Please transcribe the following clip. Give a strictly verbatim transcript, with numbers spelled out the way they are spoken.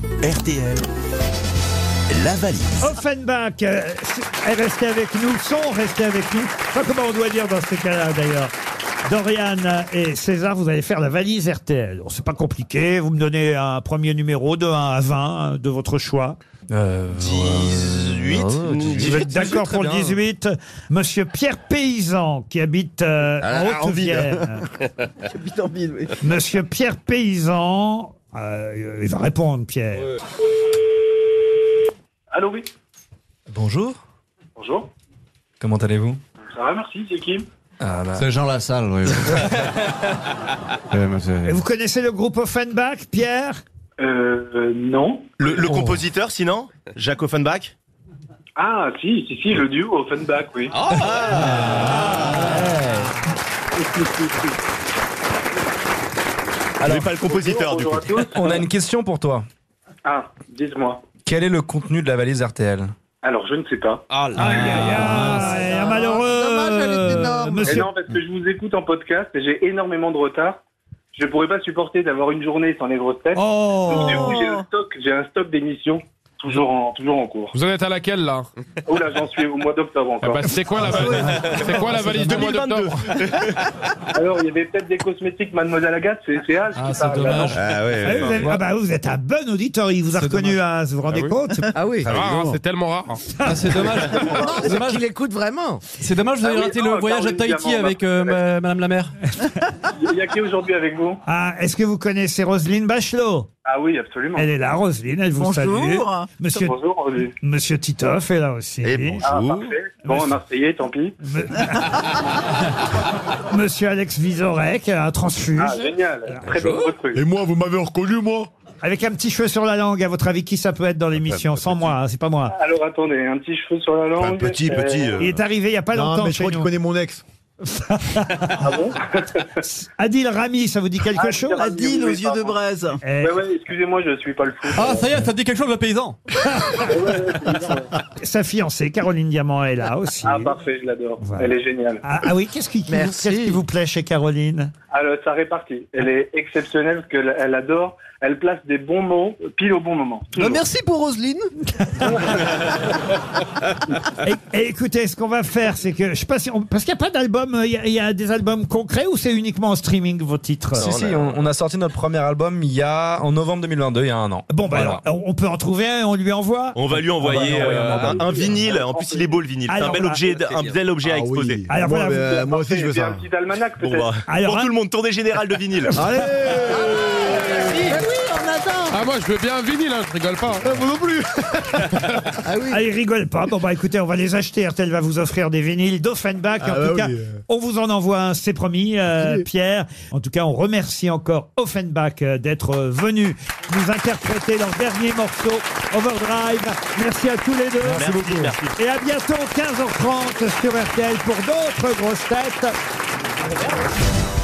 R T L, la valise. Offenbach euh, est resté avec nous, sont restés avec nous. Pas comment on doit dire dans ces cas-là d'ailleurs. Dorian et César, vous allez faire la valise R T L. Bon, c'est pas compliqué. Vous me donnez un premier numéro de un à vingt de votre choix. Euh, dix-huit. Oh, dix-huit. Vous êtes d'accord très pour le bien. dix-huit. Monsieur Pierre Paysan, qui habite euh, Ah, en Haute-Vienne. J'habite en ville, oui. Monsieur Pierre Paysan, euh, il va répondre, Pierre. Allô, oui. Bonjour, Bonjour. comment allez-vous? Ça va, merci. C'est qui? Ah bah, C'est Jean Lassalle, oui. Et vous connaissez le groupe Offenbach, Pierre? Euh, non. Le, le Oh. compositeur, sinon Jacques Offenbach. Ah, si, si, si, le duo Offenbach, oui. Alors, pas le compositeur, du coup. Bonjour à tous. on a une question pour toi. Ah, dites-moi. Quel est le contenu de la valise R T L? Alors, je ne sais pas. Aïe, aïe, aïe, un malheureux. Dommage, elle était énorme. Mais Monsieur, non, parce que je vous écoute en podcast et j'ai énormément de retard. Je ne pourrais pas supporter d'avoir une journée sans les grosses têtes. Donc, du oh, coup, j'ai un stock, j'ai un stock d'émissions toujours en, toujours en cours. Vous en êtes à laquelle là? Oh là, j'en suis au mois d'octobre Eh encore. ben, c'est quoi la valise? C'est quoi la valise du mois d'octobre? Alors, il y avait peut-être des cosmétiques Mademoiselle Agathe, c'est c'est H Ah, qui c'est parle, là, dommage. non Ah ah, ouais. vous, avez- ah bah, vous êtes un bon auditeur, il vous a C'est reconnu, hein, vous vous rendez Ah oui. compte? Ah oui. C'est rare, hein, c'est tellement rare. Ah, c'est dommage. Non, c'est qu'il écoute vraiment. C'est dommage, vous avez Ah oui, raté non, le voyage à Caroline Tahiti Diamant, avec bah, euh, ma- Madame la maire. Il y a qui aujourd'hui avec vous? Ah, est-ce que vous connaissez Roselyne Bachelot? Ah oui, absolument. Elle est là, Roselyne, elle vous salue. Bonjour. Monsieur, Bonjour, Roselyne. Monsieur Titoff est là aussi. Et bonjour. Ah, parfait. Bon, Monsieur- Marseillais, tant pis. Me- Monsieur Alex Vizorek, un transfuge. Ah, génial. Très bon recrue. Et moi, vous m'avez reconnu, moi? Avec un petit cheveu sur la langue, à votre avis, qui ça peut être dans l'émission? Sans moi, hein, c'est pas moi. Alors, attendez, un petit cheveu sur la langue. Un petit, euh, petit. euh. Il est arrivé il y a pas Non, longtemps mais je chez crois qu'il nous. connaît mon ex. Ah bon? Adil Rami, ça vous dit quelque Ah, chose? Adil Rami. Adil aux oui, yeux de pardon. braise. Eh, Ouais, ouais, excusez-moi, je suis pas le fou. Ah, ça y est, ça te dit quelque chose, le paysan? Ouais, ouais, c'est bizarre, ouais. Sa fiancée, Caroline Diamant, est là aussi. Ah, parfait, je l'adore. Voilà. Elle est géniale. Ah, ah oui, qu'est-ce qui, qui- Merci. qu'est-ce qui vous plaît chez Caroline? Alors, sa répartie. Elle est exceptionnelle parce qu'elle elle adore. Elle place des bons mots pile au bon moment. Bah, Toujours. merci pour Roselyne. Et, et écoutez, ce qu'on va faire, c'est que je sais pas si on- parce qu'il n'y a pas d'album, il y, a- il y a des albums concrets ou c'est uniquement en streaming vos titres? Si, si, on, on a sorti notre premier album il y a, en novembre deux mille vingt-deux, il y a un an. Bon, bah Voilà. alors, on peut en trouver un, on lui envoie. On va lui envoyer On va lui envoyer euh, un un, un vinyle. En plus, il est beau le vinyle. C'est Alors, un bel voilà. objet, un bel objet à Ah exposer. oui. Alors, moi, voilà, bah, Parfait, moi aussi, je veux et puis ça. un petit almanach, Bon, peut-être. bah, Alors, pour hein. tout le monde, tournée générale de vinyle. Allez. Mais oui, on attend. Ah, moi je veux bien un vinyle, hein, je rigole pas. Moi non plus. Ah oui. Ah, ils rigolent pas. Bon, bah écoutez, on va les acheter. R T L va vous offrir des vinyles d'Offenbach. Ah, en bah tout cas, oui, euh. on vous en envoie un, c'est promis, euh, Oui. Pierre. En tout cas, on remercie encore Offenbach euh, d'être euh, venu nous interpréter leur dernier morceau, Overdrive. Merci à tous les deux. Merci beaucoup. Merci. Et à bientôt, quinze heures trente sur R T L pour d'autres grosses têtes.